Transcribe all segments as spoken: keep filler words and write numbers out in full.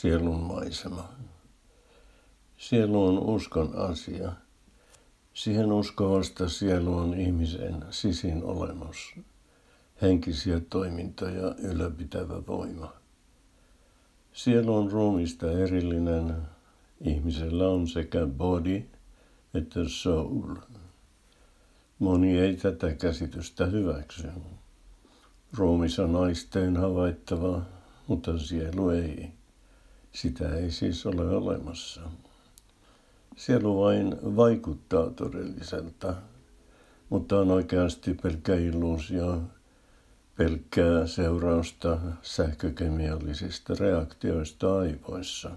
Sielun maisema. Sielu on uskon asia. Siihen uskovasta sielu on ihmisen sisin olemus, henkisiä toimintoja ylläpitävä voima. Sielu on ruumista erillinen. Ihmisellä on sekä body että soul. Moni ei tätä käsitystä hyväksy. Ruumis on aisteen havaittava, mutta sielu ei. Sitä ei siis ole olemassa. Sielu vain vaikuttaa todelliselta, mutta on oikeasti pelkkä illuusio, pelkkää seurausta sähkökemiallisista reaktioista aivoissa.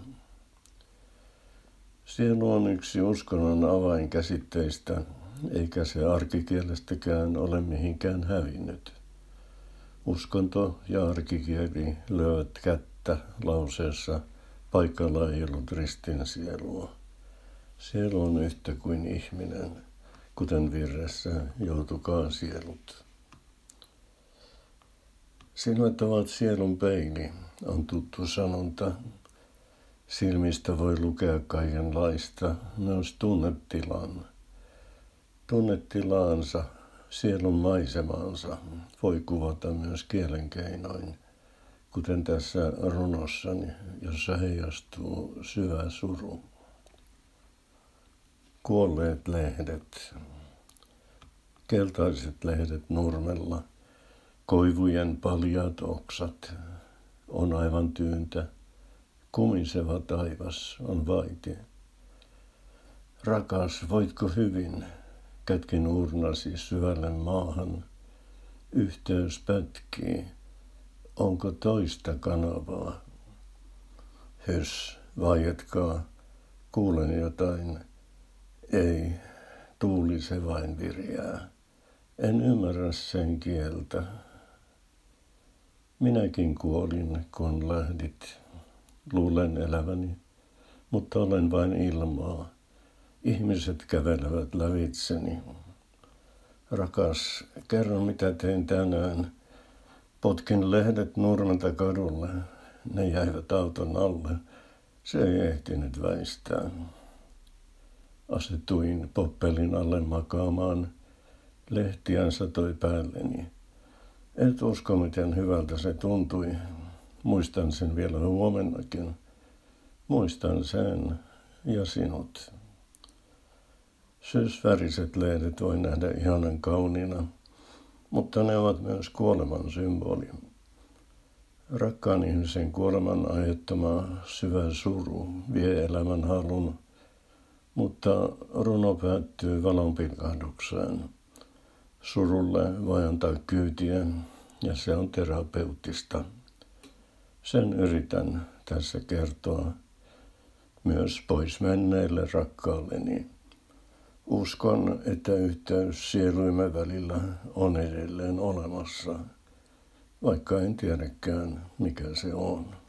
Sielu on yksi uskonnon avainkäsitteistä, eikä se arkikielestäkään ole mihinkään hävinnyt. Uskonto ja arkikieli lyövät kättä lauseessa paikalla ei ollut ristin sielua. Sielu on yhtä kuin ihminen, kuten virressä joutukaa sielut. Silmät ovat sielun peili, on tuttu sanonta. Silmistä voi lukea kaikenlaista, myös tunnetilan. Tunnetilaansa, sielun maisemaansa voi kuvata myös kielenkeinoin, kuten tässä runossani, jossa heijastuu syvä suru. Kuolleet lehdet, keltaiset lehdet nurmella, koivujen paljaat oksat, on aivan tyyntä, kumiseva taivas on vaiti. Rakas, voitko hyvin, kätkin urnasi syvälle maahan, yhteys pätkii, onko toista kanavaa? Hys, vaietkaa, kuulen jotain. Ei, tuuli se vain virjää. En ymmärrä sen kieltä. Minäkin kuolin, kun lähdit. Luulen eläväni, mutta olen vain ilmaa. Ihmiset kävelevät lävitseni. Rakas, kerro mitä tein tänään. Potkin lehdet nurmelta kadulle. Ne jäivät auton alle. Se ei ehtinyt väistää. Asetuin poppelin alle makaamaan. Lehtiään satoi päälleni. Et usko, miten hyvältä se tuntui. Muistan sen vielä huomennakin. Muistan sen ja sinut. Syysväriset lehdet voi nähdä ihanan kauniina, mutta ne ovat myös kuoleman symboli. Rakkaan ihmisen kuoleman aiheuttama syvä suru vie elämän halun, mutta runo päättyy valonpilkahdukseen. Surulle voi antaa kyytiä ja se on terapeuttista. Sen yritän tässä kertoa myös pois menneelle rakkaalleni. Uskon, että yhteys sieluimme välillä on edelleen olemassa, vaikka en tiedäkään mikä se on.